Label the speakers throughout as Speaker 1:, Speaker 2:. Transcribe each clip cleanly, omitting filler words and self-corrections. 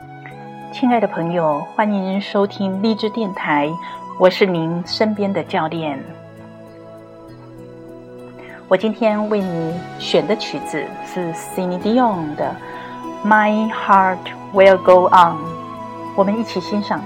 Speaker 1: 亲爱的朋友，欢迎收听励志电台，我是您身边的教练。我今天为你选的曲子是 Celine Dion 的 My Heart Will Go On， 我们一起欣赏。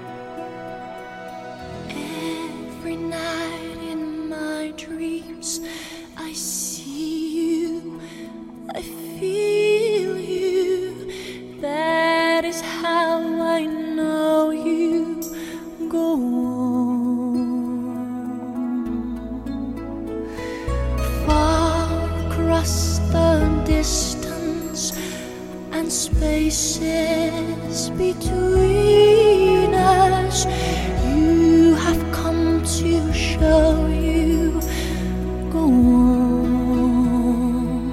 Speaker 2: Spaces between us, you have come to show you go on.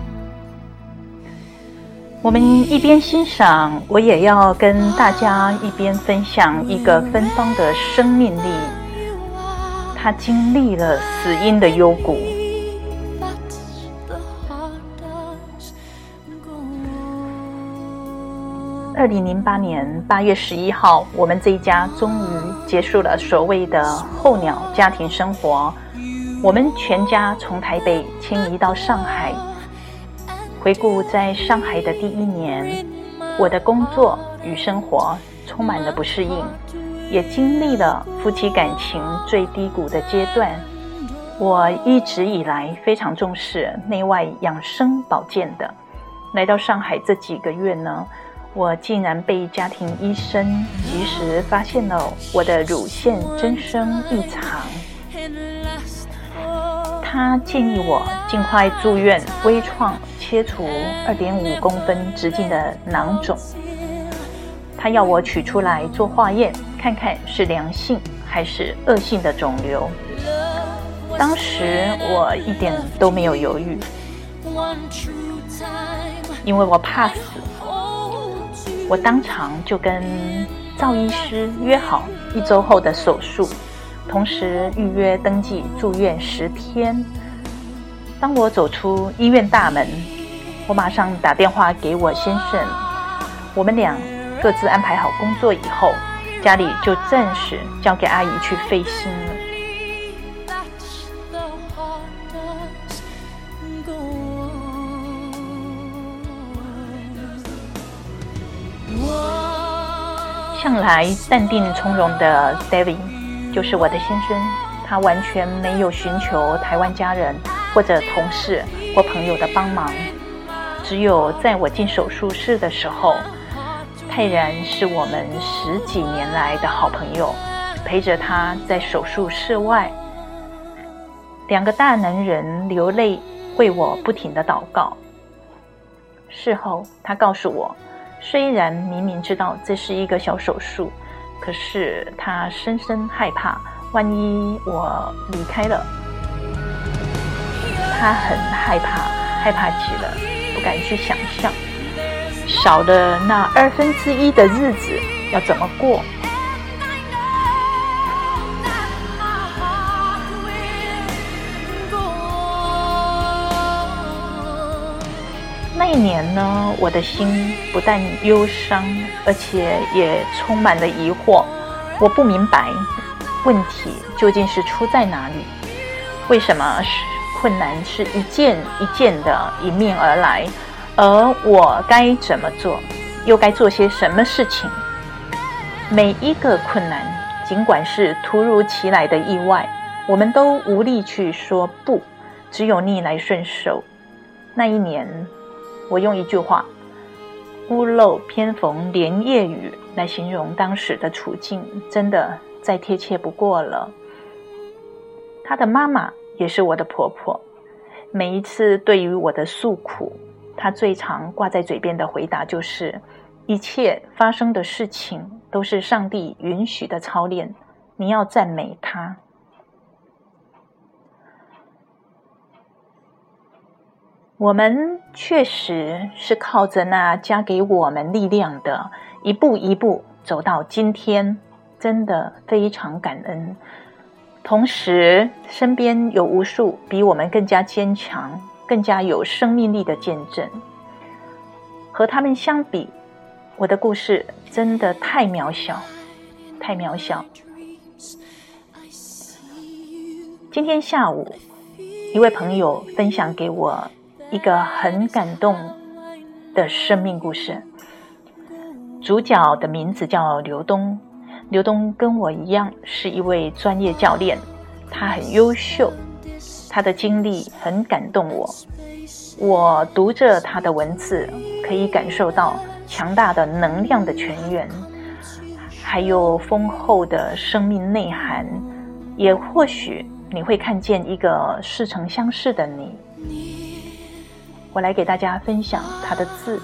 Speaker 1: 我们一边欣赏，我也要跟大家一边分享一个芬芳的生命力。他经历了死因的幽谷。2008年8月11号，我们这一家终于结束了所谓的候鸟家庭生活。我们全家从台北迁移到上海。回顾在上海的第1年，我的工作与生活充满了不适应，也经历了夫妻感情最低谷的阶段。我一直以来非常重视内外养生保健的。来到上海这几个月呢，我竟然被家庭医生及时发现了我的乳腺增生异常。他建议我尽快住院微创切除2.5公分直径的囊肿。他要我取出来做化验，看看是良性还是恶性的肿瘤。当时我一点都没有犹豫，因为我怕死。我当场就跟赵医师约好1周后的手术，同时预约登记住院10天。当我走出医院大门，我马上打电话给我先生，我们俩各自安排好工作以后，家里就暂时交给阿姨去费心了。向来淡定从容的 David 就是我的先生，他完全没有寻求台湾家人或者同事或朋友的帮忙，只有在我进手术室的时候，泰然是我们10几年来的好朋友，陪着他在手术室外，2个大男人流泪为我不停地祷告。事后他告诉我，虽然明明知道这是一个小手术，可是他深深害怕，万一我离开了，他很害怕，害怕极了，不敢去想象，少了那1/2的日子要怎么过。那一年呢，我的心不但忧伤，而且也充满了疑惑。我不明白问题究竟是出在哪里，为什么困难是一件一件的迎面而来，而我该怎么做，又该做些什么事情？每一个困难，尽管是突如其来的意外，我们都无力去说不，只有逆来顺受。那一年，我用一句话“屋漏偏逢连夜雨”来形容当时的处境，真的再贴切不过了。她的妈妈也是我的婆婆，每一次对于我的诉苦，她最常挂在嘴边的回答就是：一切发生的事情都是上帝允许的操练，你要赞美他。我们确实是靠着那加给我们力量的，一步一步走到今天，真的非常感恩。同时，身边有无数比我们更加坚强、更加有生命力的见证。和他们相比， 我的故事真的太渺小，太渺小。今天下午，一位朋友分享给我一个很感动的生命故事。主角的名字叫刘东，刘东跟我一样是一位专业教练，他很优秀，他的经历很感动我。我读着他的文字，可以感受到强大的能量的泉源，还有丰厚的生命内涵，也或许你会看见一个似曾相识的你。我来给大家分享他的字。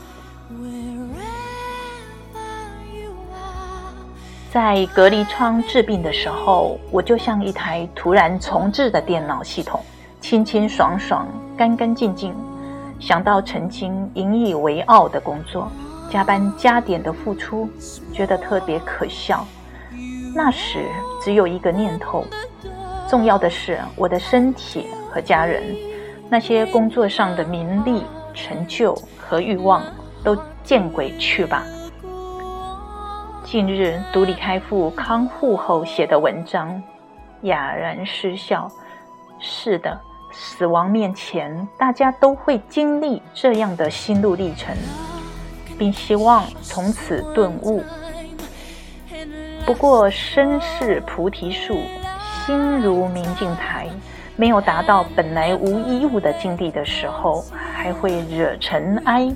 Speaker 1: 在隔离窗治病的时候，我就像一台突然重置的电脑系统，清清爽爽，干干净净。想到曾经引以为傲的工作，加班加点的付出，觉得特别可笑。那时只有一个念头，重要的是我的身体和家人，那些工作上的名利、成就和欲望都见鬼去吧。近日读李开复康复后写的文章，哑然失笑。是的，死亡面前，大家都会经历这样的心路历程，并希望从此顿悟。不过身是菩提树，心如明镜台，没有达到本来无一物的境地的时候，还会惹尘埃。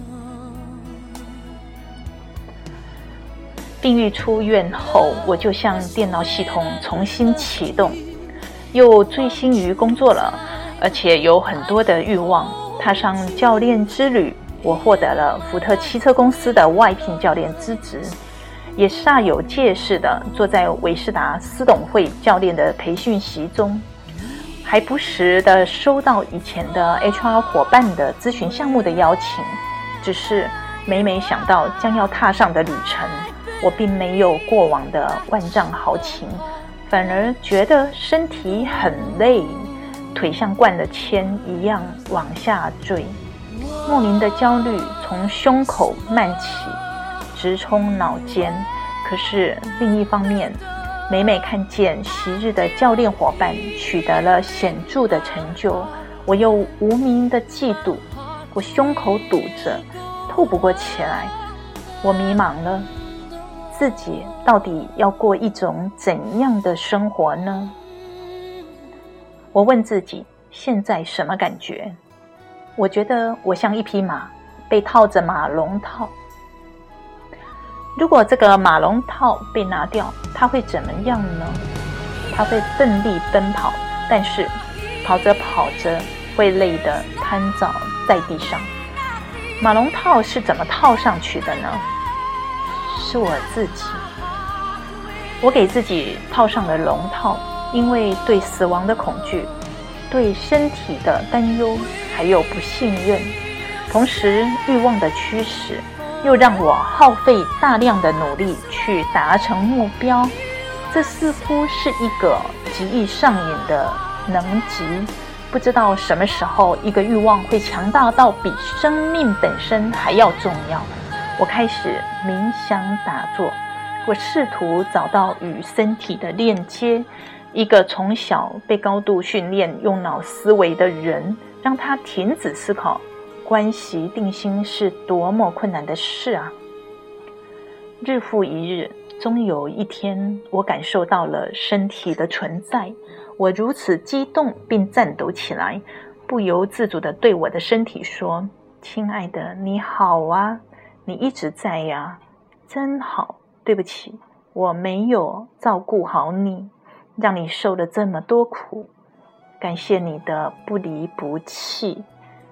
Speaker 1: 病愈出院后，我就像电脑系统重新启动，又醉心于工作了，而且有很多的欲望。踏上教练之旅，我获得了福特汽车公司的外聘教练资质，也煞有介事地坐在维士达私董会教练的培训席中，还不时地收到以前的 HR 伙伴的咨询项目的邀请。只是每想到将要踏上的旅程，我并没有过往的万丈豪情，反而觉得身体很累，腿像灌了铅一样往下坠。莫名的焦虑从胸口漫起，直冲脑间。可是另一方面，每看见昔日的教练伙伴取得了显著的成就，我又无名的嫉妒，我胸口堵着，透不过气来。我迷茫了，自己到底要过一种怎样的生活呢？我问自己，现在什么感觉？我觉得我像一匹马，被套着马笼套。如果这个马笼套被拿掉，它会怎么样呢？它会奋力奔跑，但是跑着跑着会累得瘫倒在地上。马笼套是怎么套上去的呢？是我自己。我给自己套上了笼套，因为对死亡的恐惧，对身体的担忧，还有不信任，同时欲望的驱使，又让我耗费大量的努力去达成目标。这似乎是一个极易上瘾的能级，不知道什么时候一个欲望会强大到比生命本身还要重要。我开始冥想打坐，我试图找到与身体的链接。一个从小被高度训练用脑思维的人，让他停止思考关系定心是多么困难的事啊！日复一日，终有一天，我感受到了身体的存在。我如此激动并颤抖起来，不由自主地对我的身体说：“亲爱的，你好啊，你一直在呀，真好。对不起，我没有照顾好你，让你受了这么多苦。感谢你的不离不弃。”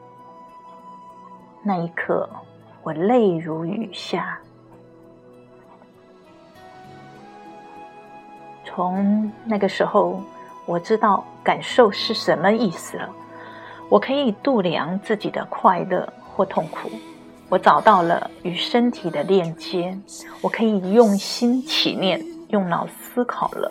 Speaker 1: 那一刻，我泪如雨下。从那个时候，我知道感受是什么意思了。我可以度量自己的快乐或痛苦，我找到了与身体的链接，我可以用心起念，用脑思考了。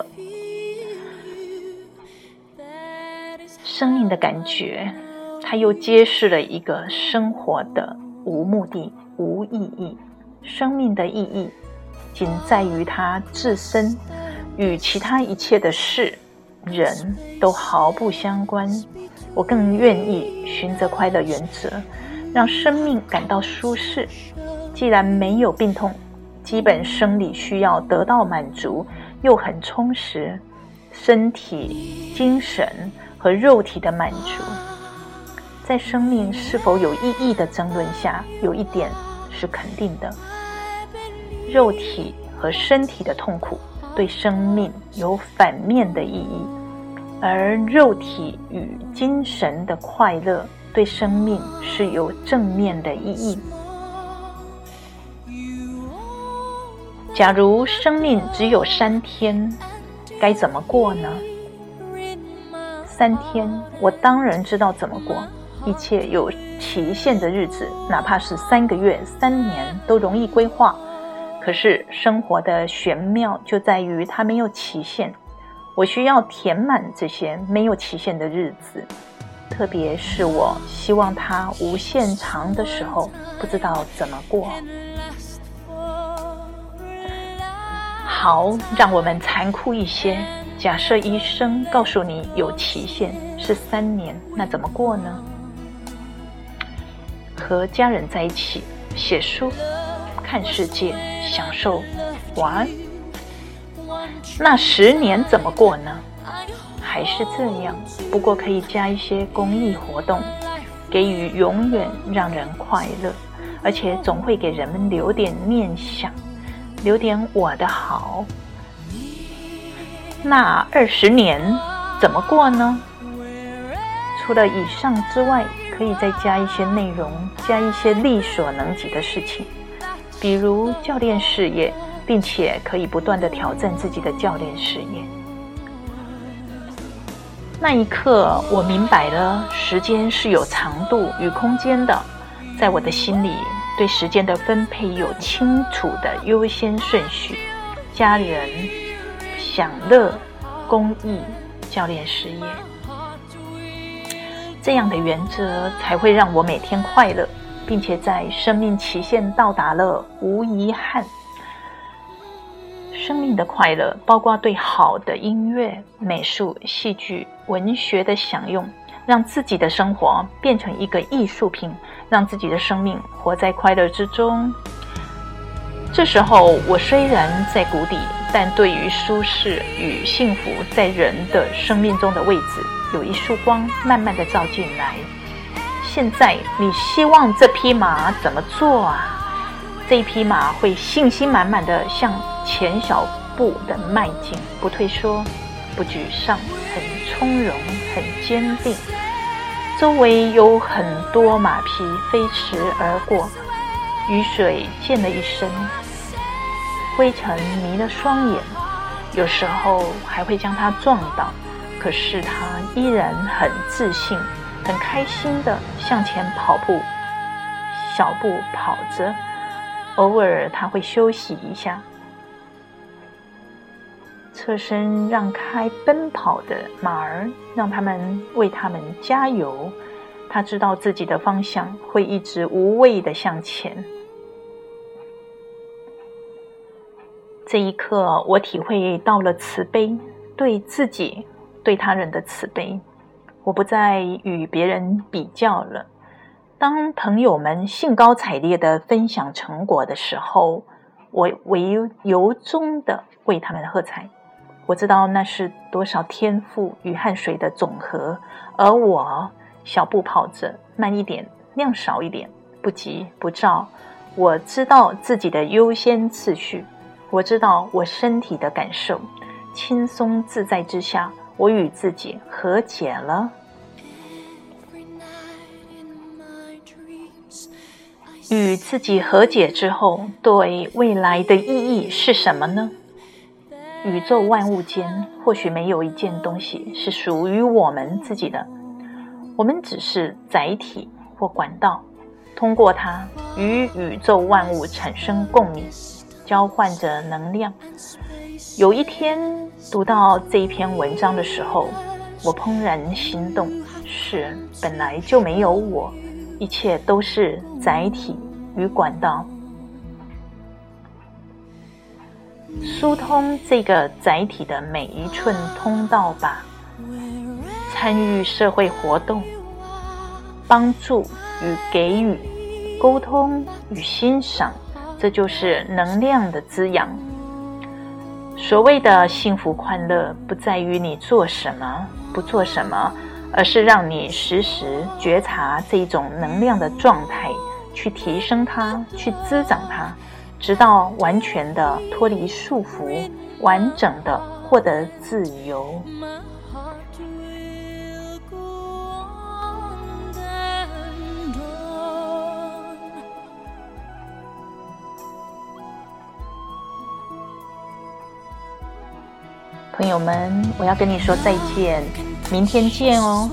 Speaker 1: 生命的感觉，它又揭示了一个生活的无目的、无意义、 生命的意义仅在于它自身，与其他一切的事、人都毫不相关。我更愿意循着快乐原则，让生命感到舒适。既然没有病痛，基本生理需要得到满足，又很充实，身体、精神和肉体的满足。在生命是否有意义的争论下，有一点是肯定的：肉体和身体的痛苦对生命有反面的意义，而肉体与精神的快乐对生命是有正面的意义。假如生命只有3天，该怎么过呢？3天，我当然知道怎么过。一切有期限的日子，哪怕是3个月、3年，都容易规划。可是生活的玄妙就在于它没有期限，我需要填满这些没有期限的日子，特别是我希望它无限长的时候，不知道怎么过。好，让我们残酷一些，假设医生告诉你有期限是3年，那怎么过呢？和家人在一起，写书，看世界，享受，玩。那10年怎么过呢？还是这样，不过可以加一些公益活动，给予永远让人快乐，而且总会给人们留点念想，留点我的好。那20年怎么过呢？除了以上之外，可以再加一些内容，加一些力所能及的事情，比如教练事业，并且可以不断地挑战自己的教练事业。那一刻，我明白了，时间是有长度与空间的，在我的心里，对时间的分配有清楚的优先顺序：家人、享乐、公益、教练事业。这样的原则才会让我每天快乐，并且在生命期限到达了无遗憾。生命的快乐包括对好的音乐、美术、戏剧、文学的享用，让自己的生活变成一个艺术品，让自己的生命活在快乐之中。这时候我虽然在谷底，但对于舒适与幸福在人的生命中的位置，有一束光慢慢地照进来。现在你希望这匹马怎么做啊？这一匹马会信心满满地向前小步的迈进，不退缩，不沮丧，很从容，很坚定。周围有很多马匹飞驰而过，雨水溅了一身，灰尘迷了双眼，有时候还会将它撞倒，可是它依然很自信，很开心地向前跑步，小步跑着，偶尔它会休息一下，侧身让开奔跑的马儿，让他们为他们加油。他知道自己的方向会一直无畏地向前。这一刻，我体会到了慈悲，对自己、对他人的慈悲。我不再与别人比较了。当朋友们兴高采烈地分享成果的时候，我唯由衷地为他们喝彩。我知道那是多少天赋与汗水的总和，而我小步跑着，慢一点，量少一点，不急不躁。我知道自己的优先次序，我知道我身体的感受，轻松自在之下，我与自己和解了。与自己和解之后，对未来的意义是什么呢？宇宙万物间，或许没有一件东西是属于我们自己的，我们只是载体或管道，通过它与宇宙万物产生共鸣，交换着能量。有一天读到这一篇文章的时候，我怦然心动，是本来就没有我，一切都是载体与管道。 疏通这个载体的每一寸通道吧。参与社会活动，帮助与给予，沟通与欣赏，这就是能量的滋养。所谓的幸福快乐，不在于你做什么不做什么，而是让你时时觉察这种能量的状态，去提升它，去滋长它，直到完全的脱离束缚，完整的获得自由。朋友们，我要跟你说再见，明天见哦。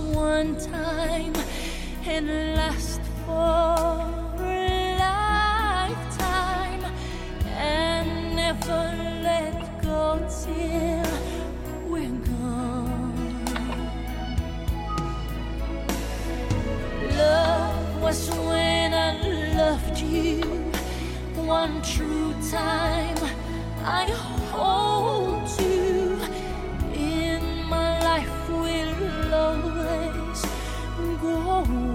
Speaker 2: Was when I loved you one true time. I hold you in my life will always go